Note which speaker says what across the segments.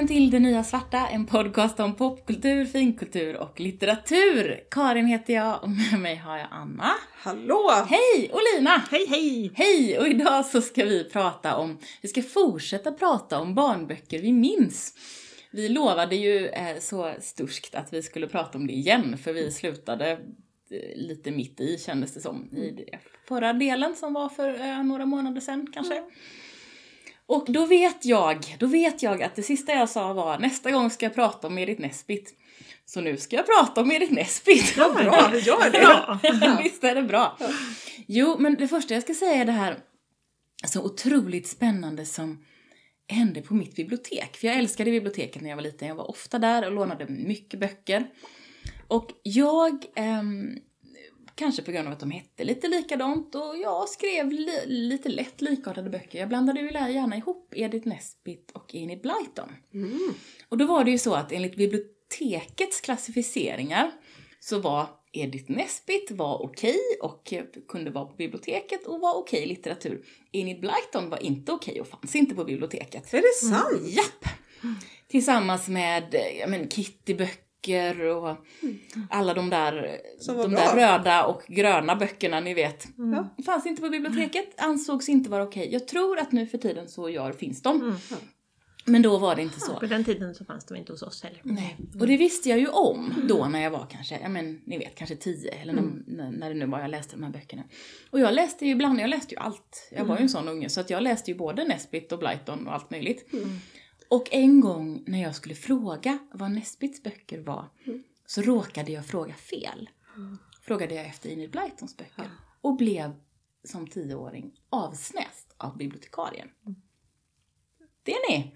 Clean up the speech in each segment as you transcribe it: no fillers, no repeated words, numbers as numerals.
Speaker 1: välkommen till Det Nya Svarta, en podcast om popkultur, finkultur och litteratur. Karin heter jag och med mig har jag Anna.
Speaker 2: Hallå!
Speaker 1: Hej! Och Lina!
Speaker 2: Hej, hej!
Speaker 1: Hej! Och idag så ska vi ska fortsätta prata om barnböcker vi minns. Vi lovade ju så sturskt att vi skulle prata om det igen, för vi slutade lite mitt i, kändes det som, i förra delen som var för några månader sedan kanske. Och då vet jag att det sista jag sa var: nästa gång ska jag prata om Edith Nesbit. Så nu ska jag prata om Edith Nesbit.
Speaker 2: Ja, bra, gör det.
Speaker 1: Visst är det bra. Jo, men det första jag ska säga är det här så otroligt spännande som hände på mitt bibliotek. För jag älskade biblioteket när jag var liten. Jag var ofta där och lånade mycket böcker. Och jag, kanske på grund av att de hette lite likadant, och jag skrev lite lätt likartade böcker. Jag blandade ju gärna ihop Edith Nesbit och Enid Blyton. Och då var det ju så att enligt bibliotekets klassificeringar så var Edith Nesbit okej och kunde vara på biblioteket och var okej litteratur. Enid Blyton var inte okej och fanns inte på biblioteket.
Speaker 2: Är det sant?
Speaker 1: Japp! Tillsammans med Kitty-böcker och alla de där röda och gröna böckerna, ni vet. Det fanns inte på biblioteket, ansågs inte vara okej. Jag tror att nu för tiden så finns de. Men då var det inte så.
Speaker 3: På den tiden så fanns de inte hos oss heller.
Speaker 1: Nej. Och det visste jag ju om då när jag var kanske, ni vet, kanske 10 eller när det nu var jag läste de här böckerna. Och jag läste ju allt. Jag var ju en sån unge, så att jag läste ju både Nesbit och Blyton och allt möjligt. Och en gång när jag skulle fråga vad Nesbits böcker var, så råkade jag fråga fel. Frågade jag efter Enid Blytons böcker. Och blev som 10-åring avsnäst av bibliotekarien. Det är ni.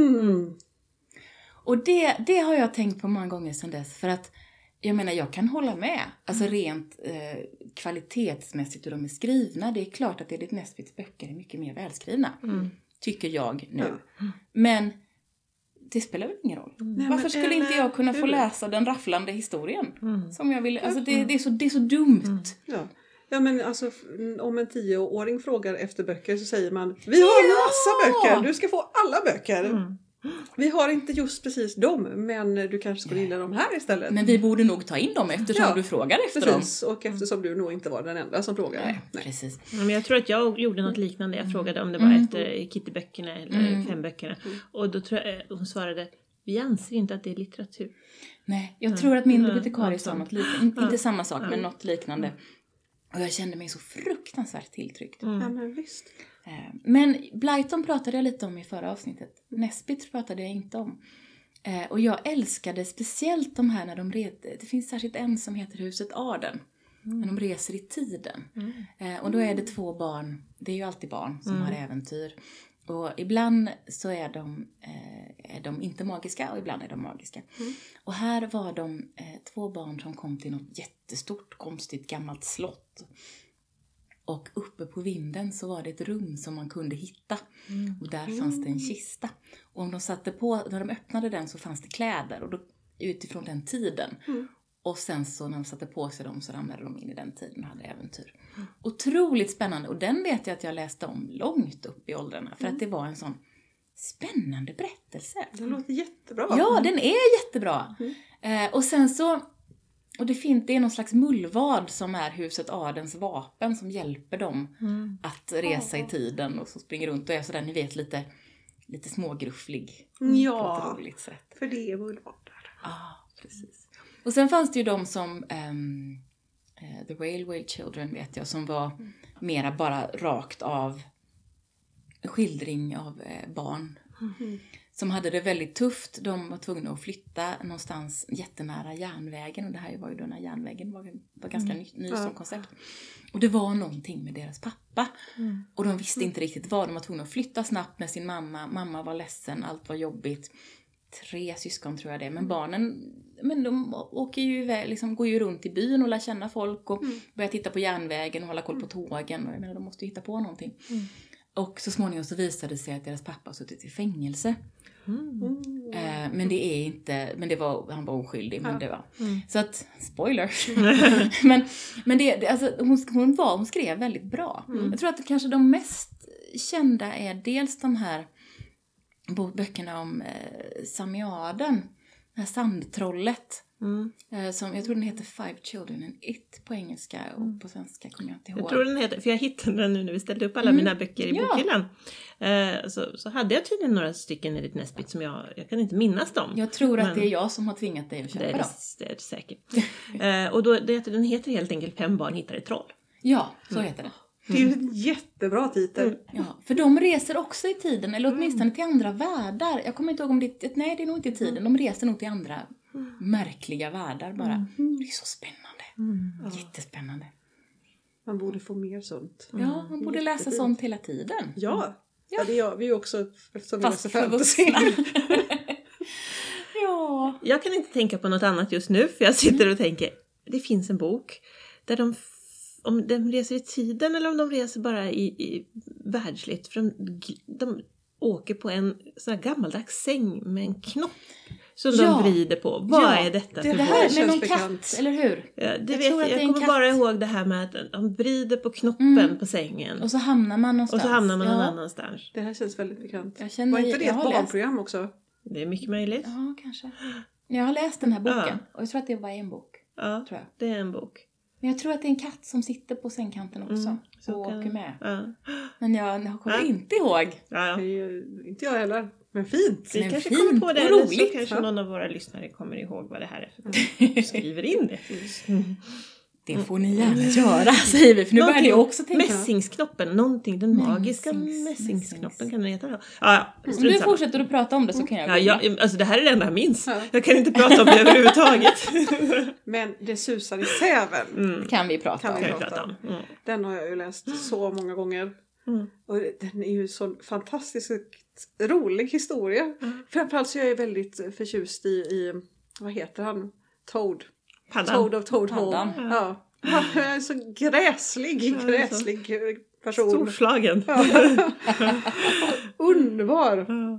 Speaker 1: Och det har jag tänkt på många gånger sedan dess. För att jag kan hålla med. Alltså rent kvalitetsmässigt hur de är skrivna. Det är klart att Edith Nesbits böcker är mycket mer välskrivna. Tycker jag nu. Men det spelar väl ingen roll. Varför skulle inte jag kunna få läsa den rafflande historien? Som jag vill. Alltså det är så dumt.
Speaker 2: Ja, men alltså, om en 10-åring frågar efter böcker så säger man: vi har en massa böcker, du ska få alla böcker. Vi har inte just precis dem, men du kanske skulle gilla dem här istället.
Speaker 1: Men vi borde nog ta in dem eftersom du frågar efter
Speaker 2: precis,
Speaker 1: dem.
Speaker 2: och eftersom du nog inte var den enda som frågade.
Speaker 1: Nej. Precis.
Speaker 3: Men jag tror att jag gjorde något liknande. Jag frågade om det var efter Kitty-böckerna eller 5-böckerna. Och då tror jag hon svarade: vi anser inte att det är litteratur.
Speaker 1: Nej, jag tror att min bibliotekarie sa något liknande. Inte samma sak, men något liknande. Och jag kände mig så fruktansvärt tilltryckt.
Speaker 2: Ja, men visst.
Speaker 1: Men Blyton pratade jag lite om i förra avsnittet. Nesbit pratade jag inte om. Och jag älskade speciellt de här när de det finns särskilt en som heter Huset Arden. När de reser i tiden. Och då är det 2 barn. Det är ju alltid barn som har äventyr. Och ibland så är de inte magiska och ibland är de magiska. Och här var de 2 barn som kom till något jättestort, konstigt gammalt slott. Och uppe på vinden så var det ett rum som man kunde hitta. Och där fanns det en kista. Och om de när de öppnade den så fanns det kläder. Och då, utifrån den tiden. Och sen så när de satte på sig dem så ramlade de in i den tiden och hade äventyr. Otroligt spännande. Och den vet jag att jag läste om långt upp i åldrarna. För att det var en sån spännande berättelse.
Speaker 2: Det låter jättebra.
Speaker 1: Ja, den är jättebra. Och sen så... Och det är någon slags mullvad som är Huset Ardens vapen som hjälper dem att resa i tiden. Och så springer runt och är sådär, ni vet, lite smågrufflig.
Speaker 2: Ja,
Speaker 1: på ett roligt sätt.
Speaker 2: För det är mullvadar.
Speaker 1: Ja, precis. Och sen fanns det ju de som The Railway Children vet jag, som var mera bara rakt av skildring av barn. Som hade det väldigt tufft. De var tvungna att flytta någonstans jättenära järnvägen. Och det här var ju då när järnvägen var ganska ny som koncept. Och det var någonting med deras pappa. Och de visste inte riktigt vad. De var tvungna att flytta snabbt med sin mamma. Mamma var ledsen, allt var jobbigt. 3 syskon tror jag det. Men barnen, de åker ju iväg, går ju runt i byn och lär känna folk. Och börjar titta på järnvägen och hålla koll på tågen. Och de måste ju hitta på någonting. Och så småningom så visade det sig att deras pappa har suttit i fängelse. Men det är inte, han var oskyldig, men det var. Så att, spoilers. men det, alltså, hon skrev väldigt bra. Jag tror att kanske de mest kända är dels de här böckerna om Samiaden. Det här sandtrollet. Som, jag tror den heter Five Children and It på engelska och på svenska kommer jag inte ihåg.
Speaker 3: Jag tror den heter, för jag hittade den nu när vi ställde upp alla mina böcker i bokhyllan. Så hade jag tydligen några stycken Edith Nesbit som jag kan inte minnas dem.
Speaker 1: Jag tror att det är jag som har tvingat dig att köpa dem.
Speaker 3: Det är det säkert. Och då, den heter helt enkelt 5 barn hittar ett troll.
Speaker 1: Ja, så heter det.
Speaker 2: Det är ju en jättebra titel.
Speaker 1: Ja, för de reser också i tiden, eller åtminstone till andra världar. Jag kommer inte ihåg om det nej, det är nog inte i tiden. De reser nog till andra märkliga världar bara. Det är så spännande. Jättespännande.
Speaker 2: Man borde få mer sånt.
Speaker 1: Ja, man borde läsa sånt hela tiden.
Speaker 2: Ja, det gör vi ju också eftersom vi
Speaker 1: Fast
Speaker 2: läser
Speaker 1: för
Speaker 2: fantasy.
Speaker 1: Ja.
Speaker 3: Jag kan inte tänka på något annat just nu, för jag sitter och tänker, det finns en bok där om de reser i tiden eller om de reser bara i världsligt. För de åker på en sån här gammaldags säng med en knopp som de vrider på. Vad är detta för
Speaker 1: det här
Speaker 3: bok?
Speaker 1: med någon
Speaker 2: bekant.
Speaker 1: katt, eller hur?
Speaker 3: Ja, jag kommer bara ihåg det här med att de vrider på knoppen på sängen.
Speaker 1: Och så hamnar man någonstans.
Speaker 3: någon annanstans.
Speaker 2: Det här känns väldigt bekant.
Speaker 1: Var
Speaker 2: inte det ett barnprogram också?
Speaker 3: Det är mycket möjligt.
Speaker 1: Ja, kanske. Jag har läst den här boken. Och jag tror att det var en bok.
Speaker 3: Ja,
Speaker 1: tror jag.
Speaker 3: Det är en bok.
Speaker 1: Men jag tror att det är en katt som sitter på sängkanten också. Och åker med. Men jag kommer inte ihåg.
Speaker 3: Ja.
Speaker 2: Inte jag heller. Men fint.
Speaker 3: Vi
Speaker 1: Men
Speaker 3: kanske
Speaker 1: fint
Speaker 3: kommer på det.
Speaker 1: och
Speaker 3: Eller
Speaker 1: roligt.
Speaker 3: så kanske någon av våra lyssnare kommer ihåg vad det här är för bok. Skriver in det.
Speaker 1: Det får ni gärna göra, säger vi. För nu börjar jag också tänka.
Speaker 3: Mässingsknoppen. Någonting. Den magiska mässingsknoppen kan den heta.
Speaker 1: Om du fortsätter att prata om det så kan jag
Speaker 3: alltså det här är det enda jag minns. Jag kan inte prata om det överhuvudtaget.
Speaker 2: Men det susar i säven.
Speaker 1: kan vi prata om.
Speaker 2: Den har jag ju läst så många gånger. Och den är ju så fantastiskt rolig historia. Framförallt så är jag väldigt förtjust i vad heter han? Toad.
Speaker 3: Paddan.
Speaker 2: Toad of Toad Hall. Ja. Han är så gräslig person.
Speaker 3: Storslagen.
Speaker 2: Underbar.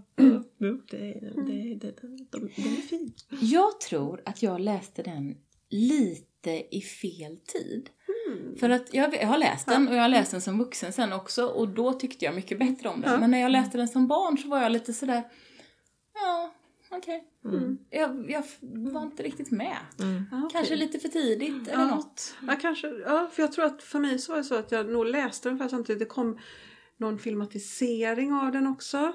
Speaker 3: Den är fin.
Speaker 1: Jag tror att jag läste den lite i fel tid. För att jag har läst den och jag har läst den som vuxen sen också. Och då tyckte jag mycket bättre om den. Men när jag läste den som barn så var jag lite sådär, okej. Jag var inte riktigt med. Kanske lite för tidigt eller något.
Speaker 2: Ja, kanske. Ja, för jag tror att för mig så var det så att jag nog läste den för samtidigt. Det kom någon filmatisering av den också.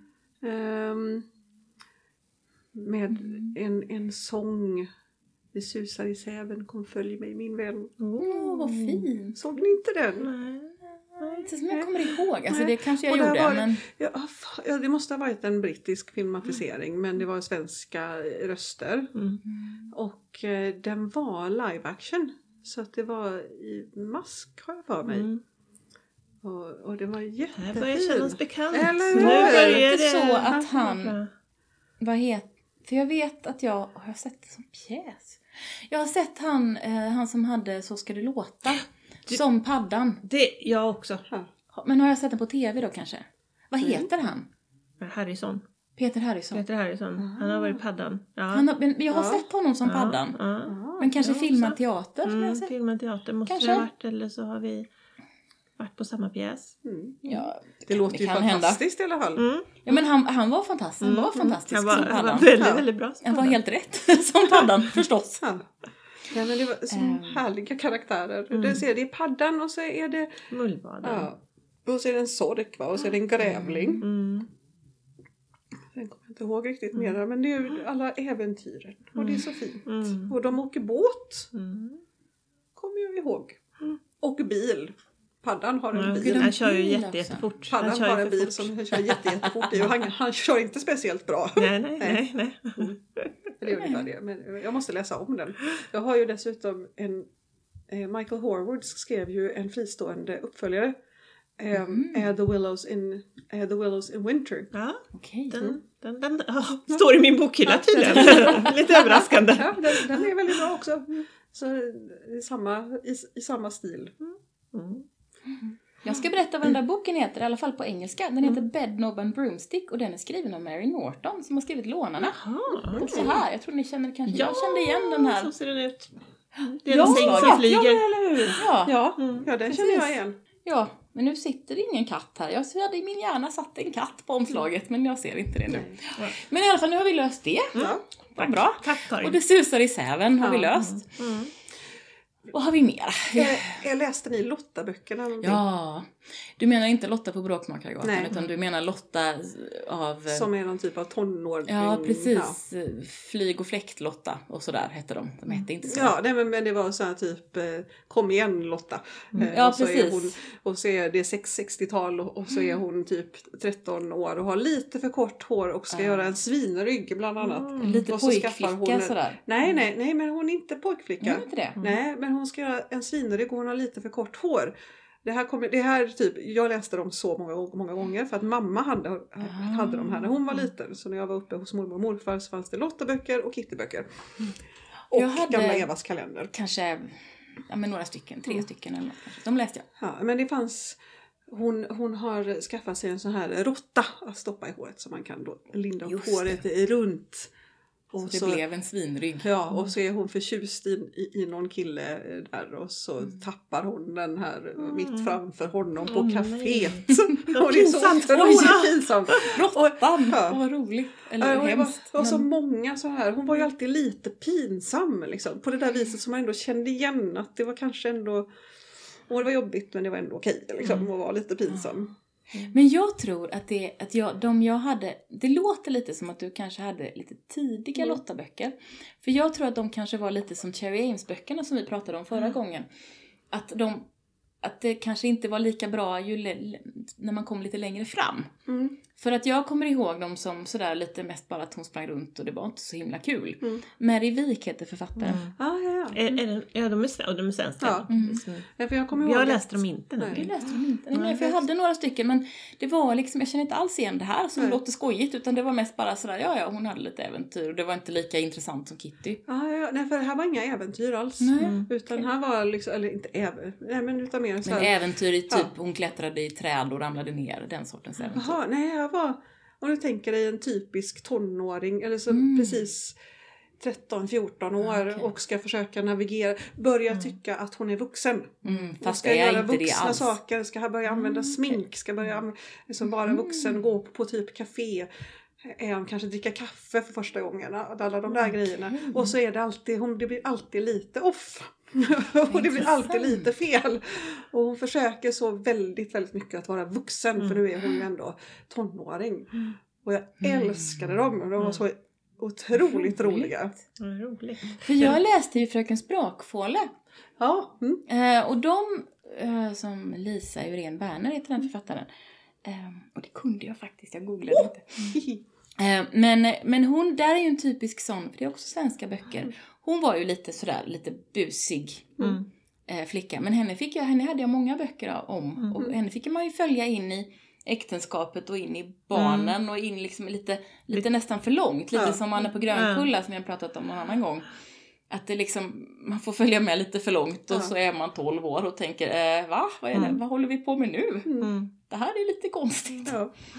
Speaker 2: Med en sång. Det susar i säven, kom följ mig min vän.
Speaker 1: Vad fin.
Speaker 2: Såg ni inte den?
Speaker 1: Inte som jag kommer ihåg. Alltså det kanske jag gjorde. Men...
Speaker 2: Ja, det måste ha varit en brittisk filmatisering. Men det var svenska röster. Och den var live action. Så att det var i mask har jag för mig. Och det var jättefint.
Speaker 3: Det börjar kännas bekant.
Speaker 2: Eller
Speaker 1: nu
Speaker 2: hur?
Speaker 1: är det så att han... Vad heter... För jag vet att jag har sett det som pjäs. Jag har sett han som hade Så ska det låta. Som Paddan.
Speaker 3: Det, jag också.
Speaker 1: Men har jag sett den på tv då kanske? Vad heter han?
Speaker 3: Harrison.
Speaker 1: Peter Harrison.
Speaker 3: Han har varit Paddan. Ja.
Speaker 1: Jag har sett honom som Paddan. Men kanske filmad teater som jag har sett.
Speaker 3: Filmad teater måste
Speaker 1: kanske.
Speaker 3: det ha varit. Eller så har vi varit på samma pjäs.
Speaker 1: Ja,
Speaker 2: det låter ju fantastiskt i alla fall.
Speaker 1: Ja, men han var fantastisk. Han var fantastisk som Paddan.
Speaker 3: Han var väldigt, väldigt bra.
Speaker 1: Han var helt rätt som Paddan, förstås.
Speaker 2: Ja, men det var så härliga karaktärer. Det är Paddan och så är det...
Speaker 3: Mullvaden.
Speaker 2: Ja. Och så är det en sork, va? Och så är det en grävling. Sen kommer jag inte ihåg riktigt mer. Men det är ju alla äventyren. Och det är så fint. Och de åker båt. Kommer jag ihåg. Och bil. Paddan har en bil.
Speaker 3: Han kör ju jättefort.
Speaker 2: Paddan har en bil som kör jättefort i. Och han kör inte speciellt bra.
Speaker 3: Nej.
Speaker 2: Det är ungefär det. Men jag måste läsa om den. Jag har ju dessutom Michael Horwood skrev ju en fristående uppföljare. The Willows in Winter.
Speaker 3: Ja,
Speaker 1: okej.
Speaker 3: Den står i min bokhylla tydligen. Lite överraskande.
Speaker 2: Ja, den är väldigt bra också. Så i samma stil.
Speaker 1: Jag ska berätta vad den där boken heter, i alla fall på engelska. Den heter Bedknob and Broomstick och den är skriven av Mary Norton som har skrivit Lånarna. Och så här, jag tror ni känner kanske, jag kände igen den här.
Speaker 3: Så ser den ut. Det är en säng som flyger.
Speaker 2: Ja, den känner jag igen.
Speaker 1: Ja, Men nu sitter det ingen katt här. Jag hade i min hjärna satt en katt på omslaget, men jag ser inte det nu. Men i alla fall, nu har vi löst det. Vad bra.
Speaker 3: Tack, Karin.
Speaker 1: Och det susar i säven har vi löst. Vad har vi mer?
Speaker 2: Jag läste ni Lotta-böckerna?
Speaker 1: Ja, du menar inte Lotta på Bråkmakargatan, utan du menar Lotta av...
Speaker 2: Som är någon typ av tonåring.
Speaker 1: Ja, precis. Ja. Flyg- och fläkt-Lotta och sådär hette de. De hette inte så.
Speaker 2: Ja, nej, men det var så här typ kom igen Lotta.
Speaker 1: Ja,
Speaker 2: och så
Speaker 1: precis.
Speaker 2: Är hon, och så är det 60-tal och så är hon typ 13 år och har lite för kort hår och ska göra en svinrygg bland annat.
Speaker 1: Lite
Speaker 2: och så
Speaker 1: pojkflicka sådär.
Speaker 2: Nej, men hon är inte pojkflicka.
Speaker 1: Inte det?
Speaker 2: Nej, men hon ska göra en svinrygg och hon har lite för kort hår. Det här typ, jag läste dem så många gånger för att mamma hade de här när hon var liten. Så när jag var uppe hos mormor och morfar så fanns det Lotta-böcker och Kitty-böcker. Och gamla Evas kalender.
Speaker 1: Kanske några stycken, 3 stycken eller något. De läste jag.
Speaker 2: Ja, men det fanns... Hon har skaffat sig en sån här råtta att stoppa i håret så man kan då linda upp håret runt. Och
Speaker 1: så det blev en svinrygg.
Speaker 2: Ja, och så är hon förtjust i någon kille där och så tappar hon den här mitt framför honom på kaféet. Och det är så otroligt pinsamt.
Speaker 1: Råttan, vad roligt. Eller hemskt.
Speaker 2: Och så många så här. Hon var ju alltid lite pinsam liksom. På det där viset som man ändå kände igen att det var kanske ändå... Och det var jobbigt men det var ändå okej liksom. Och var lite pinsam.
Speaker 1: Men jag tror att jag hade, det låter lite som att du kanske hade lite tidiga Lotta-böcker. För jag tror att de kanske var lite som Cherry Ames-böckerna som vi pratade om förra gången. Att det kanske inte var lika bra när man kom lite längre fram. För att jag kommer ihåg dem som sådär lite mest bara att hon sprang runt och det var inte så himla kul. Mary Wik heter författaren.
Speaker 3: Ja, de är svenska.
Speaker 2: Ja, för jag
Speaker 3: läste dem inte.
Speaker 1: Jag läste dem inte. Nej, för jag hade några stycken men det var liksom, jag känner inte alls igen det här som låter skojigt utan det var mest bara sådär, ja hon hade lite äventyr och det var inte lika intressant som Kitty.
Speaker 2: Nej, för det här var inga äventyr alls. Utan här var liksom, eller inte utan mer så här.
Speaker 1: Men äventyr i typ, hon klättrade i träd och ramlade ner, den sortens äventyr.
Speaker 2: Jaha, nej om du tänker dig en typisk tonåring eller så precis 13-14 år och ska försöka navigera, börja tycka att hon är vuxen.
Speaker 1: Fast
Speaker 2: ska göra
Speaker 1: inte
Speaker 2: vuxna
Speaker 1: det alls.
Speaker 2: saker, ska börja använda smink, ska börja liksom vara vuxen, gå på typ café, kanske dricka kaffe för första gången, alla de där grejerna. Och så är det alltid, det blir alltid lite off. Och det blir alltid lite fel. Och hon försöker så väldigt, väldigt mycket att vara vuxen. För nu är hon ju ändå tonåring. Och jag älskade dem. De var så otroligt roliga.
Speaker 3: Roligt.
Speaker 1: För jag läste ju Fröken Sprakfåle.
Speaker 2: Ja.
Speaker 1: Och de, som Lisa Urén Berner heter den författaren. Och det kunde jag faktiskt, jag googlade inte. Men hon, där är ju en typisk sån, för det är också svenska böcker. Hon var ju lite sådär, lite busig flicka. Men henne hade jag många böcker om. Och henne fick man ju följa in i äktenskapet och in i barnen. Och in liksom lite nästan för långt. Lite som Anna på Grönkulla som jag pratat om någon annan gång. Att det liksom, man får följa med lite för långt. Och så är man 12 år och tänker, va? Vad håller vi på med nu? Det här är lite konstigt.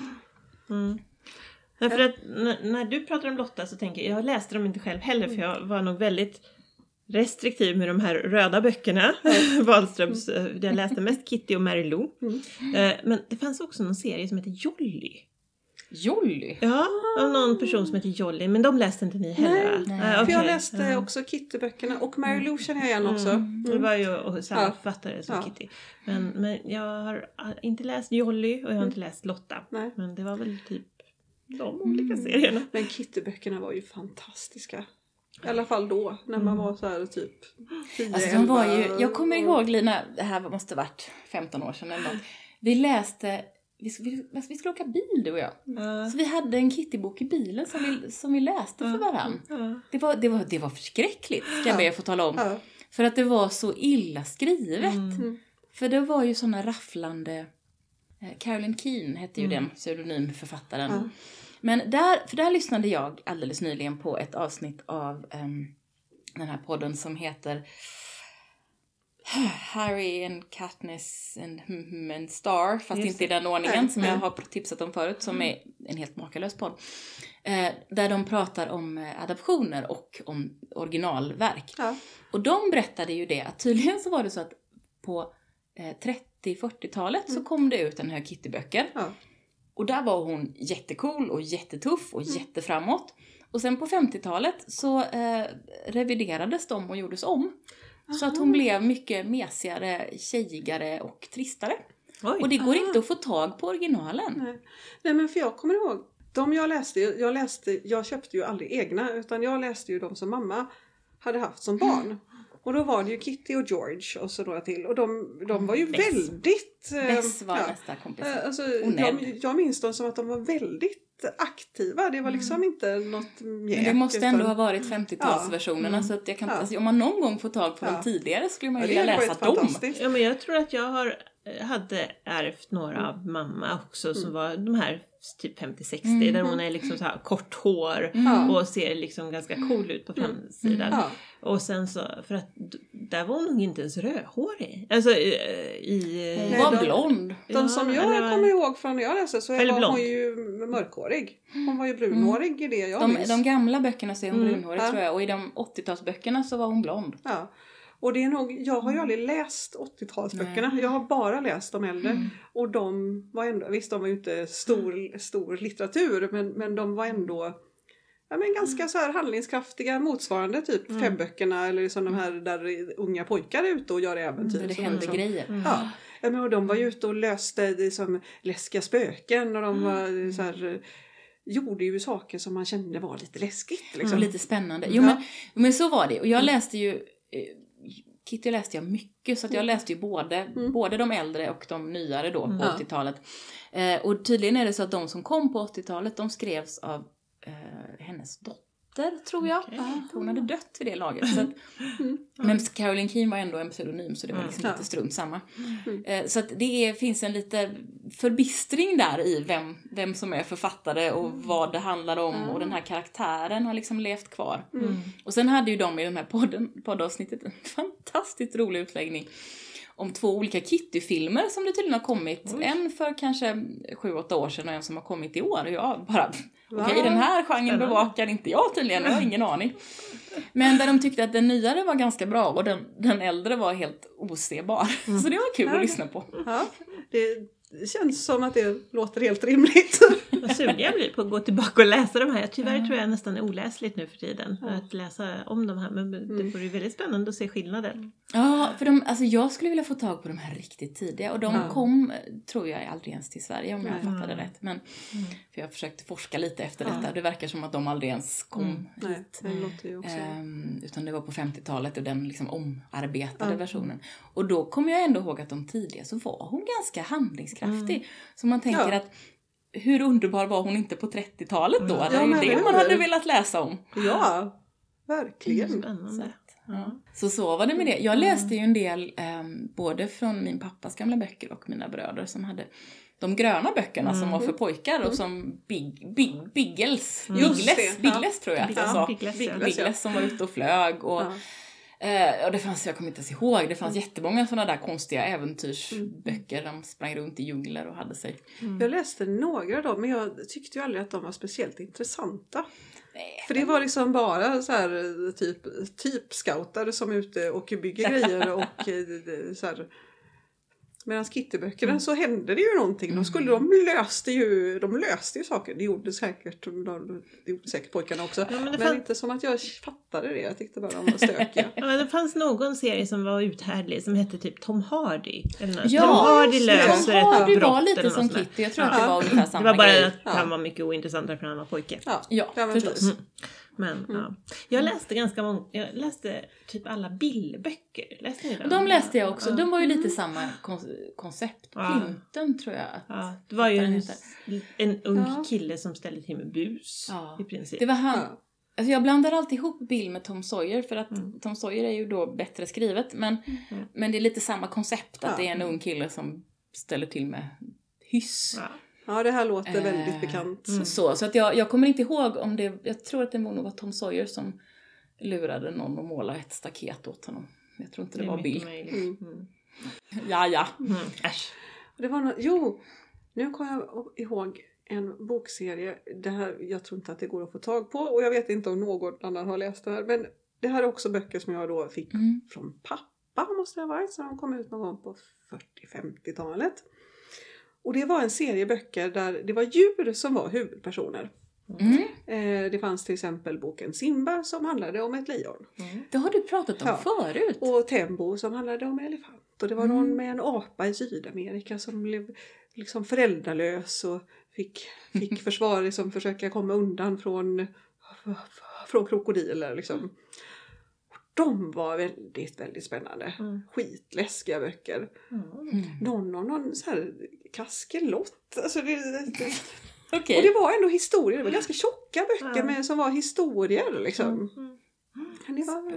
Speaker 3: För att när du pratar om Lotta så tänker jag läste dem inte själv heller för jag var nog väldigt restriktiv med de här röda böckerna. Wahlströms, jag läste mest Kitty och Mary Lou. Men det fanns också någon serie som heter Jolly.
Speaker 1: Jolly?
Speaker 3: Ja, av någon person som heter Jolly. Men de läste inte ni heller.
Speaker 2: Nej.
Speaker 3: Okay.
Speaker 2: För jag läste också Kitty-böckerna och Mary Lou känner jag igen också.
Speaker 3: Det var ju samma författare som Kitty. Men jag har inte läst Jolly och jag har inte läst Lotta.
Speaker 2: Nej.
Speaker 3: Men det var väl typ de olika serierna.
Speaker 2: Men Kitty-böckerna var ju fantastiska. I alla fall då, när man var så här typ 10,
Speaker 1: alltså, de var ju, jag kommer ihåg Lina, det här måste varit 15 år sedan eller något. Vi läste, vi skulle åka bil du och jag. Så vi hade en Kitty-bok i bilen som vi läste för varann. Det var förskräckligt, ska jag be att få tala om. För att det var så illa skrivet. För det var ju såna rafflande... Caroline Keane hette ju den pseudonymförfattaren. Men där lyssnade jag alldeles nyligen på ett avsnitt av den här podden som heter Harry and Katniss and Star, fast inte i den ordningen som jag har tipsat om förut, som är en helt makalös podd. Där de pratar om adaptioner och om originalverk. Och de berättade ju det, att tydligen så var det så att på 30-40-talet så kom det ut en Hello Kitty-böcker.
Speaker 2: Ja.
Speaker 1: Och där var hon jättecool och jättetuff och jätteframåt. Och sen på 50-talet så reviderades de och gjordes om. Så att hon blev mycket mesigare, tjejigare och tristare.
Speaker 3: Oj.
Speaker 1: Och det går inte att få tag på originalen.
Speaker 2: Nej, men för jag kommer ihåg, de jag köpte ju aldrig egna, utan jag läste ju de som mamma hade haft som barn. Och då var det ju Kitty och George och så några till. Och de var ju väldigt...
Speaker 1: Bess var nästa kompis.
Speaker 2: Alltså,
Speaker 1: Och
Speaker 2: jag minns dem som att de var väldigt aktiva. Det var liksom inte något mjäk.
Speaker 1: Men det måste ändå ha varit 50-talsversionerna. Så att jag kan, alltså, om man någon gång får tag på dem tidigare skulle man ju vilja läsa dem.
Speaker 3: Ja, men jag tror att jag hade ärvt några av mamma också som var de här typ 50-60 där hon är liksom så här kort hår och ser liksom ganska cool ut på framsidan. Och sen så, för att där var hon nog inte ens rödhårig. Alltså
Speaker 1: hon var blond.
Speaker 2: De som jag kommer ihåg från när jag läste så var hon ju mörkhårig. Hon var ju brunhårig i det jag minns.
Speaker 1: De gamla böckerna så är hon brunhårig tror jag. Och i de 80-talsböckerna så var hon blond.
Speaker 2: Ja. Och det är nog, jag har ju aldrig läst 80-talsböckerna. Jag har bara läst de äldre. Och de var ändå, visst de var ju inte stor litteratur. Men de var ändå ganska så här handlingskraftiga motsvarande typ 5-böckerna. Eller som de här där unga pojkar är ute och gör äventyr.
Speaker 1: Det händer grejer.
Speaker 2: Ja, men och de var ju ute och löste det som läskiga spöken. Och de var så här... gjorde ju saker som man kände var lite läskigt. Liksom.
Speaker 1: Lite spännande. Jo, men så var det. Och jag läste ju... Kitty läste jag mycket. Så att jag läste ju både de äldre och de nyare då på 80-talet. Och tydligen är det så att de som kom på 80-talet, de skrevs av hennes dotter, tror jag. Hon hade dött vid det laget. Så att, men Caroline Keen var ändå en pseudonym, så det var liksom lite strunt samma. Så att finns en lite förbistring där i vem som är författare och vad det handlar om. Och den här karaktären har liksom levt kvar. Och sen hade ju de i den här poddavsnittet en fantastiskt rolig utläggning om 2 olika Kitty-filmer som det tydligen har kommit. En för kanske 7-8 år sedan och en som har kommit i år. Och jag bara, okej, den här genren bevakar inte jag tydligen. Jag har ingen aning. Men där de tyckte att den nyare var ganska bra och den äldre var helt osebar. Så det var kul att lyssna på.
Speaker 2: Ja, det känns som att det låter helt rimligt.
Speaker 3: Vad sugen jag blir på att gå tillbaka och läsa de här. Tyvärr tror jag nästan är oläsligt nu för tiden. Att läsa om de här. Men det vore väldigt spännande att se skillnaden.
Speaker 1: Ja, för jag skulle vilja få tag på de här riktigt tidiga. Och de kom, tror jag, aldrig ens till Sverige om jag fattade rätt. Men, för jag försökte forska lite efter detta. Det verkar som att de aldrig ens kom hit.
Speaker 2: Nej, det låter ju också.
Speaker 1: Utan det var på 50-talet och den liksom omarbetade versionen. Och då kommer jag ändå ihåg att de tidiga så var hon ganska handlingskraftig. Så man tänker att hur underbar var hon inte på 30-talet då? Det är ju det man hade velat läsa om.
Speaker 2: Ja, verkligen.
Speaker 3: Spännande.
Speaker 1: Så var det med det. Jag läste ju en del både från min pappas gamla böcker och mina bröder som hade de gröna böckerna som var för pojkar och som Biggles tror jag att jag sa. Biggles som var ute och flög och och det fanns, jag kommer inte ens ihåg, det fanns jättemånga sådana där konstiga äventyrsböcker. De sprang runt i djungler och hade sig.
Speaker 2: Jag läste några av dem, men jag tyckte ju aldrig att de var speciellt intressanta. För det var liksom bara så här typ scouter som är ute och bygger grejer och så här. Medan Kittyböckerna så hände det ju någonting. De löste ju saker. Det gjorde säkert pojkarna också. Ja, men inte som att jag fattade det. Jag tyckte bara de var stökiga.
Speaker 3: Ja, det fanns någon serie som var uthärdlig som hette typ Tom Hardy. Tom Hardy löser ett brott.
Speaker 1: Var lite som Kitty. Jag tror att det var ungefär samma
Speaker 3: grej. Det var bara
Speaker 1: grej.
Speaker 3: att han var mycket ointressantare för han var pojke.
Speaker 1: Ja, förstås.
Speaker 3: Men jag läste ganska många, jag läste typ alla Bill-böcker. Läste ni dem?
Speaker 1: De läste jag också. De var ju lite samma koncept. Clinton tror jag.
Speaker 3: Det var ju en ung kille som ställde till med bus i princip.
Speaker 1: Det var han. Alltså jag blandar alltid ihop Bill med Tom Sawyer för att Tom Sawyer är ju då bättre skrivet. Men det är lite samma koncept att det är en ung kille som ställer till med hyss.
Speaker 2: Ja, det här låter väldigt bekant.
Speaker 1: Så att jag kommer inte ihåg om det... Jag tror att det nog var Tom Sawyer som lurade någon att måla ett staket åt honom. Jag tror inte det var Bill. Ja.
Speaker 3: Äsch.
Speaker 2: Det var nu kommer jag ihåg en bokserie. Det här, jag tror inte att det går att få tag på. Och jag vet inte om någon annan har läst det här. Men det här är också böcker som jag då fick från pappa. 8 måste det ha varit, så de kom ut någon gång på 40-50-talet. Och det var en serie böcker där det var djur som var huvudpersoner. Det fanns till exempel boken Simba som handlade om ett lejon.
Speaker 1: Det har du pratat om förut.
Speaker 2: Och Tembo som handlade om en elefant. Och det var någon med en apa i Sydamerika som blev liksom föräldralös och fick försvar liksom försöka komma undan från krokodiler liksom. Och de var väldigt, väldigt spännande. Skitläskiga böcker. Någon så här kaskelott. Alltså
Speaker 1: Okay.
Speaker 2: Och det var ändå historier. Det var ganska tjocka böcker med, som var historier liksom. Det var,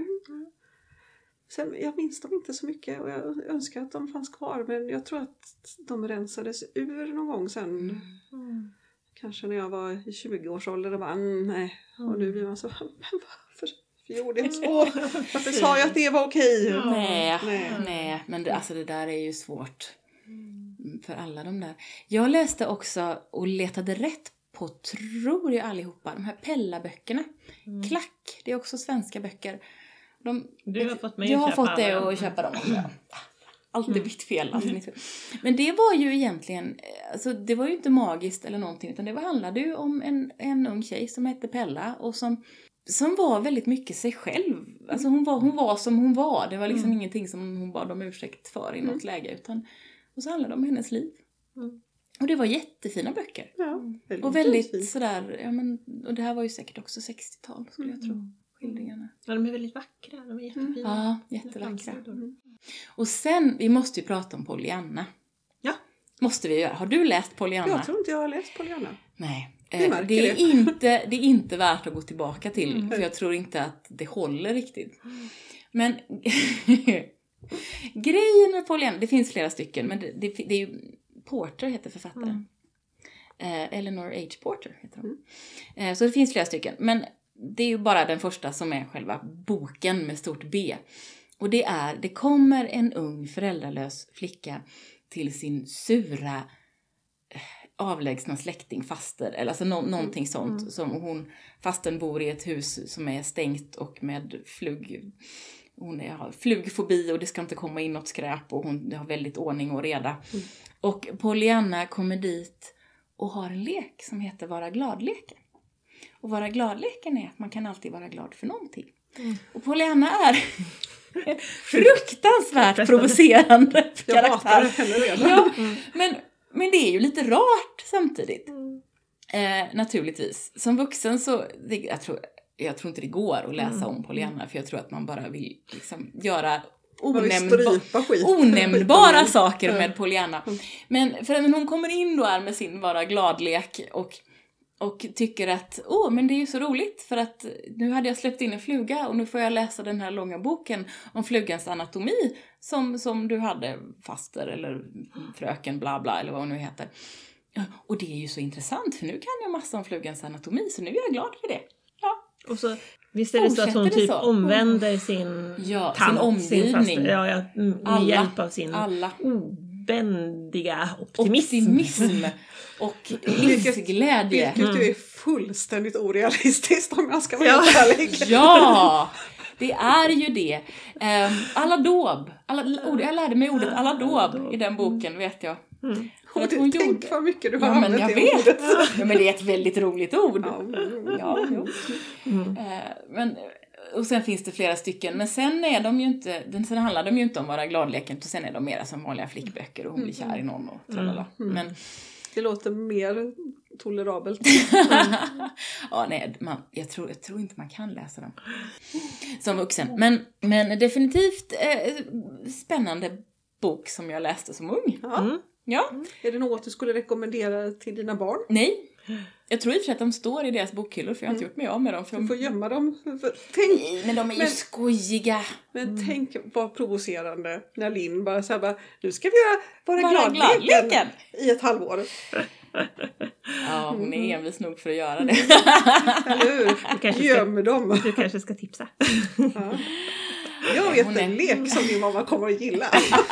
Speaker 2: Sen, jag minns dem inte så mycket och jag önskar att de fanns kvar, men jag tror att de rensades ur någon gång sen. Kanske när jag var i 20-årsåldern och bara nej. Och nu blir man så, men varför gjorde jag så? Varför sa jag att det var okej?
Speaker 1: Nej. Men det där är ju svårt för alla de där. Jag läste också och letade rätt på, tror jag allihopa, de här Pella-böckerna. Klack, det är också svenska böcker.
Speaker 3: Du har fått mig
Speaker 1: jag
Speaker 3: att
Speaker 1: har
Speaker 3: köpa
Speaker 1: fått det och köpa dem också. Alltid mitt fel. Men det var ju egentligen, alltså det var ju inte magiskt eller någonting, utan det handlade ju om en ung tjej som hette Pella och som var väldigt mycket sig själv. Alltså hon var som hon var. Det var liksom ingenting som hon bad om ursäkt för i något läge, utan och så handlade det om hennes liv. Och det var jättefina böcker.
Speaker 2: Ja,
Speaker 1: och väldigt sådär, ja men, och det här var ju säkert också 60-tal skulle jag tro. Skildringarna.
Speaker 3: Ja, de är väldigt vackra, de är jättefina.
Speaker 1: Ja, jättevackra. Och sen, vi måste ju prata om Pollyanna.
Speaker 3: Ja.
Speaker 1: Måste vi göra. Har du läst Pollyanna?
Speaker 2: Jag tror inte jag har läst Pollyanna.
Speaker 1: Nej. Det är inte värt att gå tillbaka till. För jag tror inte att det håller riktigt. Men grejen med Pollyanna, det finns flera stycken. Men det är ju, Porter heter författaren. Eleanor H. Porter heter hon. Så det finns flera stycken. Men det är ju bara den första som är själva boken med stort B. Och det kommer en ung föräldralös flicka till sin sura avlägsna släkting, faster, eller alltså någonting sånt, som hon, fasten bor i ett hus som är stängt och med hon har flugfobi och det ska inte komma in något skräp och hon har väldigt ordning och reda. Och Pollyanna kommer dit och har en lek som heter Vara glad-leken. Och Vara glad-leken är att man kan alltid vara glad för någonting. Och Pollyanna är fruktansvärt provocerande karaktär. Ja, men det är ju lite rart samtidigt. Naturligtvis. Som vuxen så, jag tror inte det går att läsa om Pollyanna, för jag tror att man bara vill liksom göra onämnbara saker med Pollyanna. Men för hon kommer in då här med sin Vara glad-lek och tycker att, men det är ju så roligt för att nu hade jag släppt in en fluga och nu får jag läsa den här långa boken om flugans anatomi som du hade, faster eller fröken bla bla eller vad hon nu heter. Och det är ju så intressant för nu kan jag massa om flugans anatomi, så nu är jag glad för det. Ja.
Speaker 3: Och så visst är det så att hon typ omvänder sin
Speaker 1: sin omgivning.
Speaker 3: Sin faster, med hjälp av sin obändiga optimism. Och livsglädje.
Speaker 2: Vilket ju är fullständigt orealistiskt om jag ska vara helt ärlig.
Speaker 1: Ja, det är ju det. Aladåb. Jag lärde mig ordet aladåb i den boken, vet jag.
Speaker 2: Tänk vad mycket du har använt
Speaker 1: jag
Speaker 2: det
Speaker 1: vet.
Speaker 2: ordet.
Speaker 1: Ja, men det är ett väldigt roligt ord. Men, och sen finns det flera stycken. Men sen är de ju inte, sen handlar de ju inte om Vara glad-leken. Och sen är de mera som vanliga flickböcker och hon blir kär i någon och tralala. Men
Speaker 2: det låter mer tolerabelt.
Speaker 1: Ja, nej, jag tror inte man kan läsa dem som vuxen. Men definitivt spännande bok som jag läste som ung. Ja.
Speaker 2: Är det något du skulle rekommendera till dina barn?
Speaker 1: Nej. Jag tror i och för sig att de står i deras bokhyllor, för jag har inte gjort mig av med dem. För
Speaker 2: du får gömma dem.
Speaker 1: Men de är ju skojiga.
Speaker 2: Men tänk vad provocerande när Linn bara säger nu ska vi Vara glad-leken i ett halvår.
Speaker 1: Ja, hon är envis nog för att göra det.
Speaker 2: Eller hur? Gömmer dem.
Speaker 3: Du kanske ska tipsa.
Speaker 2: Ja. Jag vet en lek som din mamma kommer att gilla.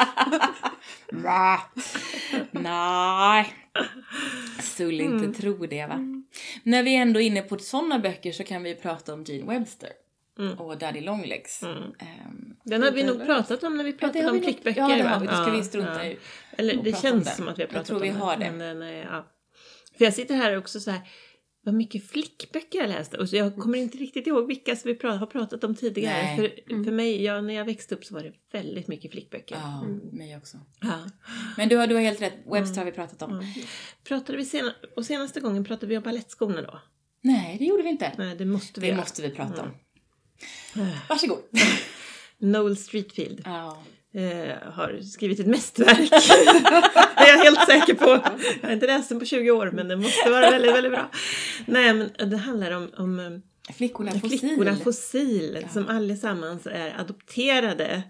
Speaker 1: Nej. Skulle inte tro det, va? När vi ändå är inne på sådana böcker så kan vi prata om Jean Webster. och Daddy Longlegs.
Speaker 3: Den har vi nog pratat om när vi pratade om flickböcker.
Speaker 1: Ja, det har vi. Då ska vi strunta i.
Speaker 3: Eller det känns som att vi har pratat om det.
Speaker 1: Jag tror vi har det.
Speaker 3: Men, För jag sitter här också så här, vad mycket flickböcker jag läste. Och så jag kommer inte riktigt ihåg vilka som vi har pratat om tidigare. För mig, när jag växte upp så var det väldigt mycket flickböcker.
Speaker 1: Ja, mig också.
Speaker 3: Ja.
Speaker 1: Men du har helt rätt. Webster har vi pratat om.
Speaker 3: Pratade vi senaste gången pratade vi om ballettskorna då?
Speaker 1: Nej, det gjorde vi inte.
Speaker 3: Nej, det måste vi
Speaker 1: prata om. Varsågod.
Speaker 3: Noel Streatfeild.
Speaker 1: Ja.
Speaker 3: Har skrivit ett mästerverk. Det är jag helt säker på. Jag har inte läst den på 20 år, men det måste vara väldigt, väldigt bra. Nej, men det handlar om Flickorna Fossil som allesammans är adopterade.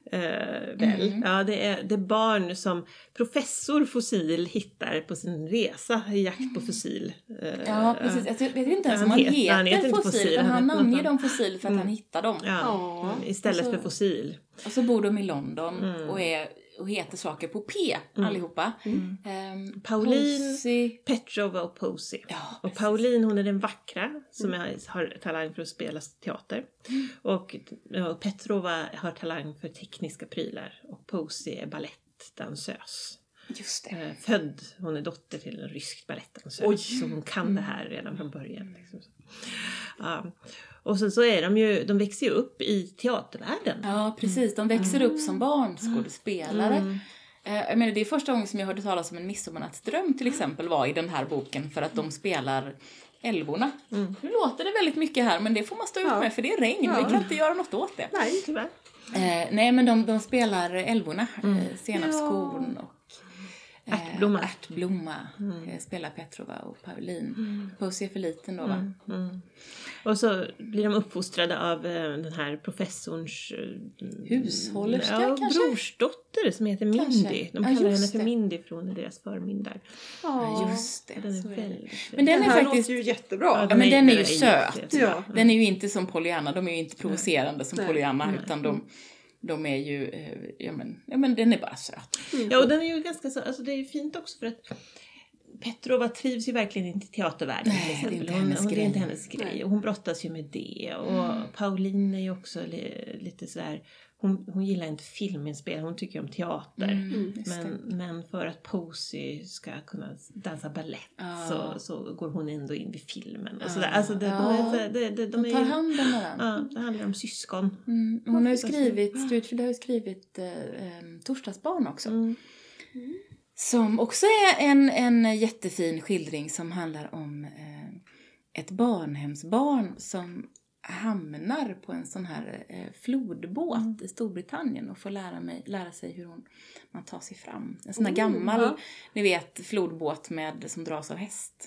Speaker 3: Ja, det är barn som professor Fossil hittar på sin resa i jakt på fossil.
Speaker 1: Ja, precis. Jag vet inte ens om han heter fossil, utan han namnger dem fossil för att han hittar dem.
Speaker 3: Ja, istället för fossil.
Speaker 1: Och så bor de i London och heter saker på P allihopa.
Speaker 3: Pauline, Petrova och Posey.
Speaker 1: Ja,
Speaker 3: och Pauline, hon är den vackra som har talang för att spela teater. Och Petrova har talang för tekniska prylar. Och Posey är balettdansös.
Speaker 1: Just det.
Speaker 3: Hon är dotter till en rysk balettdansös. Så hon kan det här redan från början. Liksom. Ja. Och sen så är de växer ju upp i teatervärlden.
Speaker 1: Ja, precis. De växer upp som barnskådespelare. Jag menar, det är första gången som jag hörde talas om en midsommarnattsdröm till exempel var i den här boken för att de spelar älvorna. Nu låter det väldigt mycket här, men det får man stå ut med för det är regn. Vi kan inte göra något åt det.
Speaker 3: Nej, tyvärr.
Speaker 1: Nej, men de spelar älvorna. Senapskorn och ärtblomma. Spelar Petrova och Pauline. Posey är för liten då, va?
Speaker 3: Och så blir de uppfostrade av den här professorns
Speaker 1: hushållerska kanske?
Speaker 3: Brorsdotter som heter Mindy. De kallar henne för Mindy från deras förmyndar.
Speaker 1: Ja, just det.
Speaker 3: Den är väldigt
Speaker 1: men den är faktiskt
Speaker 2: ju jättebra.
Speaker 1: Ja, men den är ju söt. Ja. Den är ju inte som Pollyanna. De är ju inte provocerande som Pollyanna, utan de är ju, men den är bara söt.
Speaker 3: Ja, och den är ju ganska så, alltså det är ju fint också för att Petrova trivs ju verkligen inte i teatervärlden.
Speaker 1: Nej, det är
Speaker 3: inte hennes grej. Och hon brottas ju med det. Och Pauline är ju också lite sådär, hon gillar inte filminspel, hon tycker om teater. Men för att Posey ska kunna dansa ballett så går hon ändå in vid filmen. Och sådär. Alltså de
Speaker 1: tar hand om varandra.
Speaker 3: Ja, det handlar om syskon.
Speaker 1: Hon har ju Streatfeild har ju skrivit Torsdagsbarn också. Som också är en jättefin skildring som handlar om ett barnhemsbarn som hamnar på en sån här flodbåt i Storbritannien och får lära sig hur man tar sig fram. En sån här gammal, ni vet, flodbåt som dras av häst.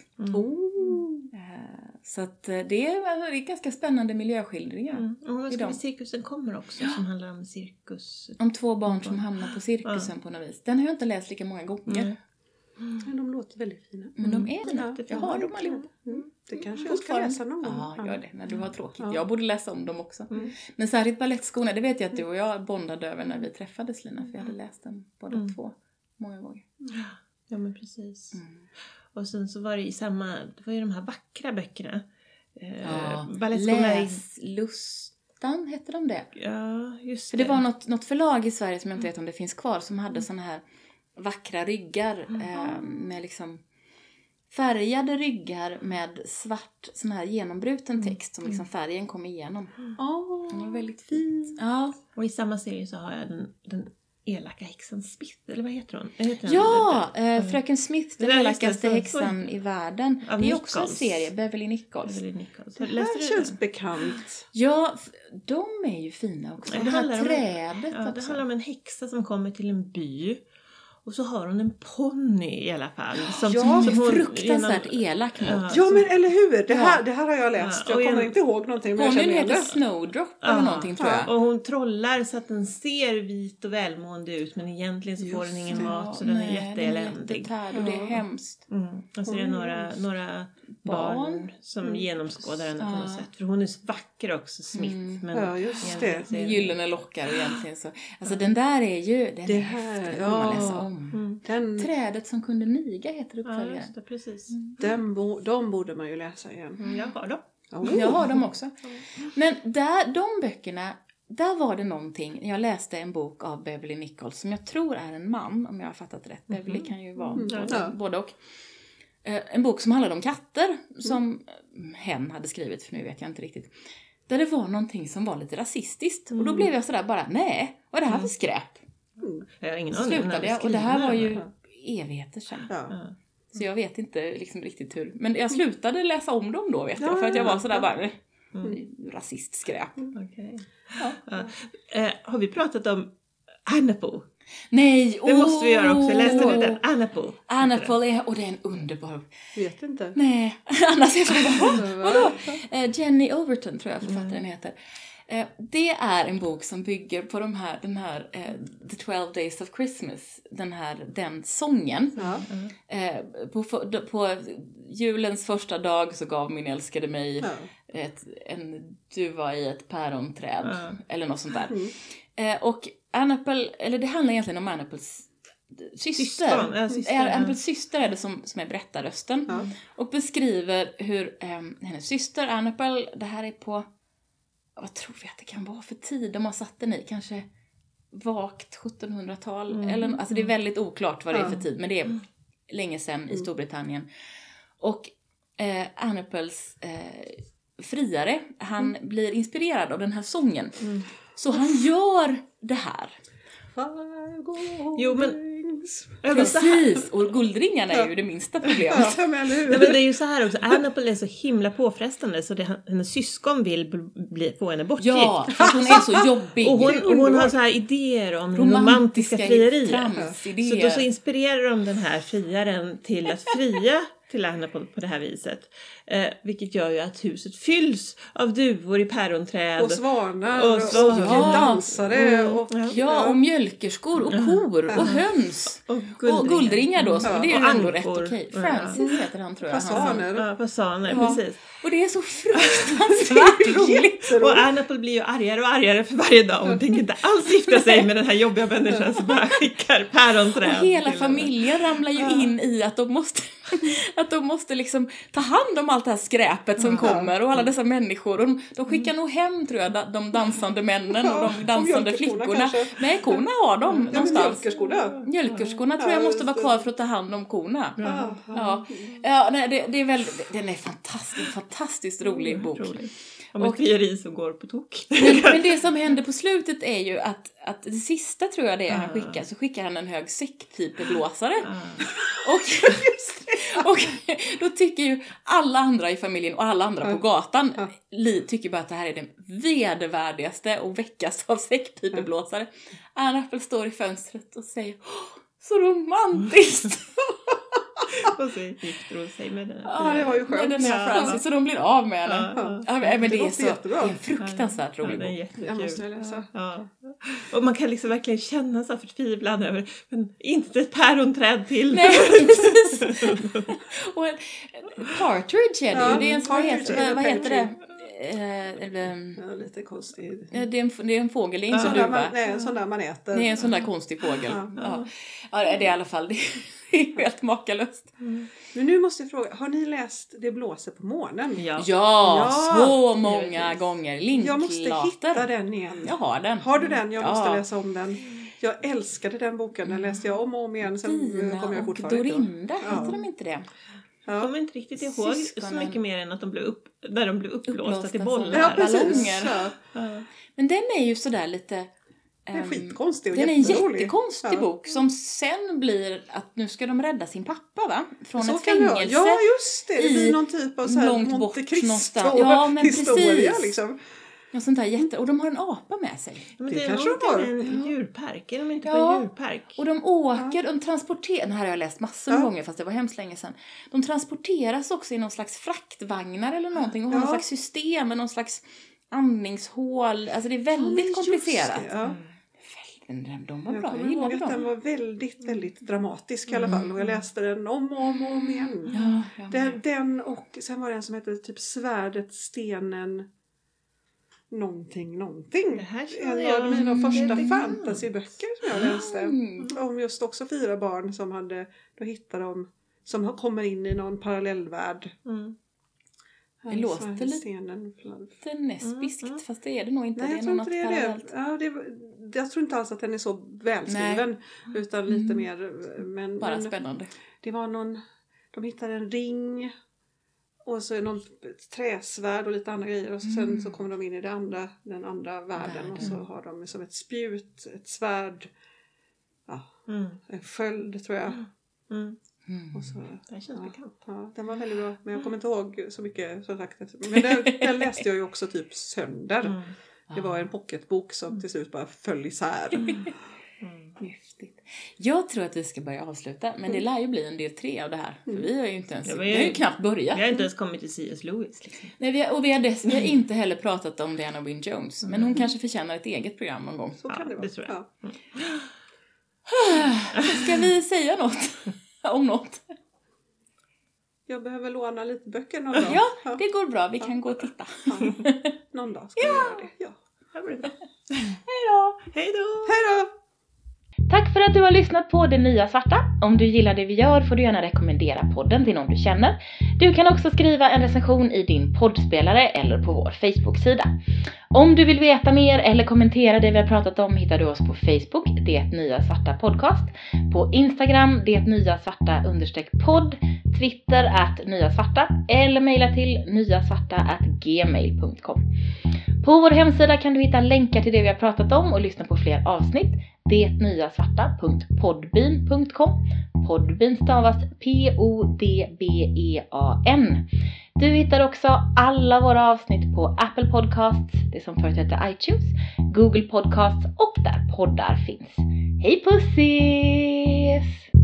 Speaker 1: Så att det är ganska spännande miljöskildringar.
Speaker 3: Och vad ska vi cirkusen kommer också som handlar om cirkus.
Speaker 1: Om 2 barn som hamnar på cirkusen på något vis. Den har jag inte läst lika många gånger.
Speaker 2: Men de låter väldigt fina.
Speaker 1: Men de är fina. Jag har dem allihopa.
Speaker 2: Det kanske jag ska läsa någon gång.
Speaker 1: Ja, gör det. När du har tråkigt. Jag borde läsa om dem också. Men särskilt ballettskorna, det vet jag att du och jag bondade över när vi träffades, Lina. För jag hade läst den båda 2 många gånger.
Speaker 3: Ja, men precis. Och sen så var det det var ju de här vackra böckerna.
Speaker 1: Läslustan hette de det.
Speaker 3: Ja, just det.
Speaker 1: För det var något förlag i Sverige som jag inte vet om det finns kvar som hade såna här vackra ryggar med liksom färgade ryggar med svart sån här genombruten text som liksom färgen kom igenom. Det var väldigt fint. Ja.
Speaker 3: Och i samma serie så har jag den elaka häxan Smith, eller vad heter hon?
Speaker 1: Fröken Smith, den elakaste häxan i världen. Det är också en serie, Beverly Nichols.
Speaker 2: Det här känns bekant.
Speaker 1: Ja, de är ju fina också. Det här trädet också.
Speaker 3: Det handlar om en häxa som kommer till en by. Och så har hon en ponny i alla fall. Som
Speaker 1: fruktansvärt elak mot.
Speaker 2: Ja, men eller hur? Det här har jag läst. Jag kommer inte ihåg någonting.
Speaker 1: Ponnyn heter Snowdrop eller någonting, tror jag.
Speaker 3: Och hon trollar så att den ser vit och välmående ut. Men egentligen så får den ingen mat. Så den är jätteeländig.
Speaker 1: Och det är hemskt.
Speaker 3: Och så är det några barn som genomskådar henne på något sätt. För hon är så vacker också, Smith. Men
Speaker 2: just det.
Speaker 1: Med gyllene lockar egentligen. Så. Alltså den där är ju... Den är häftig att man läser om. Trädet som kunde niga heter uppföljaren.
Speaker 3: Ja, just det, precis.
Speaker 2: De borde man ju läsa igen.
Speaker 3: Jag har dem.
Speaker 1: Jag har dem också. Men de böckerna, där var det någonting. Jag läste en bok av Beverly Nichols som jag tror är en man, om jag har fattat rätt. Beverly kan ju vara både och. En bok som handlade om katter som hen hade skrivit, för nu vet jag inte riktigt. Där det var någonting som var lite rasistiskt. Och då blev jag sådär bara, nej, vad är det här för skräp?
Speaker 3: Jag har ingen
Speaker 1: Slutade jag, och det här var ju evigheter sedan.
Speaker 2: Ja.
Speaker 1: Så jag vet inte liksom riktigt hur. Men jag slutade läsa om dem då, vet jag. För att jag var sådär bara, rasistskräp.
Speaker 3: Okay. Har vi pratat om Anapole?
Speaker 1: Nej,
Speaker 3: det måste vi göra också. Jag läste den. Anapole
Speaker 1: är, och det är en underbar.
Speaker 2: Vet inte.
Speaker 1: Nej, annars är det bara, vadå? Jenny Overton tror jag författaren heter. Det är en bok som bygger på den här The 12 Days of Christmas, den sången. På julens första dag så gav min älskade mig en duva i ett päronträd eller något sånt där. Och Anapole, eller det handlar egentligen om Anaples syster. Anaples syster är det som är berättarrösten. Och beskriver hur hennes syster Anapole, det här är på, vad tror vi att det kan vara för tid? De har satt den i kanske vagt 1700-tal. Eller, alltså det är väldigt oklart vad det är för tid. Men det är länge sedan i Storbritannien. Och Anapoles friare, han blir inspirerad av den här sången. Så han gör det här.
Speaker 3: Jo, men
Speaker 1: precis, och guldringarna är ju det minsta problemet.
Speaker 3: Men det är ju så här också, Anapole är så himla påfrestande så hennes syskon vill få henne bortgift.
Speaker 1: Ja, för hon är så jobbig.
Speaker 3: Och hon har så här idéer om romantiska frierier. Så då så inspirerar de den här friaren till att fria till Anapole på det här viset. Vilket gör ju att huset fylls av duvor i päronträd.
Speaker 2: Och svanar och dansare.
Speaker 1: Och mjölkerskor och kor och höns. Och guldringar då. Så det är ju ändå rätt okej. Francis heter han tror jag.
Speaker 3: Fasaner, precis.
Speaker 1: Och det är så fruktansvärt roligt.
Speaker 3: Och Anapole blir ju argare och argare för varje dag. Hon tänker inte alls gifta sig med den här jobbiga människan som bara skickar päronträd.
Speaker 1: Och hela familjen ramlar ju in i att de måste liksom ta hand om allt det här skräpet som kommer och alla dessa människor. Och de skickar nog hem tror jag de dansande männen och de dansande flickorna. Kanske. Nej, korna har de någonstans. Mjölkerskorna tror jag måste vara kvar för att ta hand om korna. Nej, det är väldigt, den är fantastiskt rolig bok.
Speaker 3: Om ett frieri som går på tok.
Speaker 1: Men det som händer på slutet är ju att det sista tror jag det är han skickar. Så skickar han en hög säckpipeblåsare. Och då tycker ju alla andra i familjen och alla andra på gatan tycker bara att det här är det vedervärdigaste och väckaste av säckpipeblåsare. Anapole står i fönstret och säger så romantiskt.
Speaker 3: Och så gifter hon sig med den här.
Speaker 2: Ja, det var ju skönt.
Speaker 1: Den här Francis, så de blir av med henne. Men det är en fruktansvärt rolig bok.
Speaker 2: Jag måste läsa.
Speaker 3: Och man kan liksom verkligen känna så förtvivlan över, men inte ett päronträd till.
Speaker 1: Nej, precis. Och Partridge är det ju. Det är en, vad heter det?
Speaker 2: Lite konstigt.
Speaker 1: Det är en fågel, det är inte så duva.
Speaker 2: Nej, en sån där man äter.
Speaker 1: Det är en sån där konstig fågel. Ja, det är i alla fall, det är helt makalöst.
Speaker 2: Men nu måste jag fråga, har ni läst Det blåser på månen?
Speaker 1: Ja, så många gånger. Linklater.
Speaker 2: Jag måste hitta den igen.
Speaker 1: Jag har den.
Speaker 2: Har du den? Jag måste läsa om den. Jag älskade den boken, den läste jag om och om igen. Sen kommer jag fortfarande
Speaker 1: Dorinda, heter de inte det?
Speaker 3: Jag kommer inte riktigt ihåg så mycket mer än att de blev uppblåsta till bollar.
Speaker 2: Ja,
Speaker 1: ballonger. Men den är ju sådär lite...
Speaker 2: Den är skitkonstig och
Speaker 1: den är en jättekonstig bok som sen blir att nu ska de rädda sin pappa, va? Från så ett fängelse.
Speaker 2: Ja, just det. Det blir någon typ av så här
Speaker 1: långt
Speaker 2: Monte Cristo
Speaker 1: historia
Speaker 2: liksom.
Speaker 1: Ja, sånt där och de har en apa med sig.
Speaker 3: Men det kanske de har. En djurpark, är de inte på en djurpark?
Speaker 1: Och de åker, de transporterar, det här har jag läst massor med gånger fast det var hemskt länge sedan. De transporteras också i någon slags fraktvagnar eller någonting och har någon slags system med någon slags andningshål. Alltså det är väldigt komplicerat. De var bra, jag gillade dem.
Speaker 2: Den var väldigt, väldigt dramatisk i alla fall. Och jag läste den om och om igen. Den och sen var det en som hette typ Svärdet, stenen... Någonting. Det här en av mina första fantasyböcker som jag läste. Om just också 4 barn som då hittar de som kommer in i någon parallellvärld.
Speaker 1: Det låter lite näsbiskt, fast det är det nog inte.
Speaker 2: Nej, jag tror inte det är det. Jag tror inte alls att den är så välskriven. Utan lite mer...
Speaker 1: Bara spännande.
Speaker 2: Det var de hittade en ring... Och så någon träsvärd och lite andra grejer. Och sen så kommer de in i den andra världen. Och så har de som ett spjut, ett svärd. Ja, en sköld tror jag. Och så,
Speaker 3: det känns bekant.
Speaker 2: Ja, den var väldigt bra. Men jag kommer inte ihåg så mycket som sagt. Men den läste jag ju också typ sönder. Det var en pocketbok som till slut bara föll isär.
Speaker 1: Häftigt. Jag tror att vi ska börja avsluta. Men det lär ju bli en del 3 av det här. För vi har ju inte ens... Vi har ju knappt börjat.
Speaker 3: Vi har inte ens kommit till C.S. Lewis. Liksom.
Speaker 1: Nej, vi har inte heller pratat om Diana Wynne Jones. Men hon kanske förtjänar ett eget program någon gång.
Speaker 2: Så kan det vara.
Speaker 3: Det tror jag.
Speaker 1: Ska vi säga något? Om något?
Speaker 2: Jag behöver låna lite böcker någon dag.
Speaker 1: Ja, det går bra. Vi kan gå och titta.
Speaker 2: Någon dag ska vi göra det. Ja.
Speaker 1: Hej då!
Speaker 3: Hej då!
Speaker 2: Hej då!
Speaker 1: Tack för att du har lyssnat på Det Nya Svarta. Om du gillar det vi gör får du gärna rekommendera podden till någon du känner. Du kan också skriva en recension i din poddspelare eller på vår Facebook-sida. Om du vill veta mer eller kommentera det vi har pratat om hittar du oss på Facebook, Det Nya Svarta Podcast. På Instagram, Det Nya Svarta _podd. Twitter @nyasvarta eller mejla till nyasvarta@gmail.com. På vår hemsida kan du hitta länkar till det vi har pratat om och lyssna på fler avsnitt. detnyasvarta.podbean.com. Podbean stavas Podbean. Du hittar också alla våra avsnitt på Apple Podcasts, det som förut hette iTunes, Google Podcasts och där poddar finns. Hej pussis!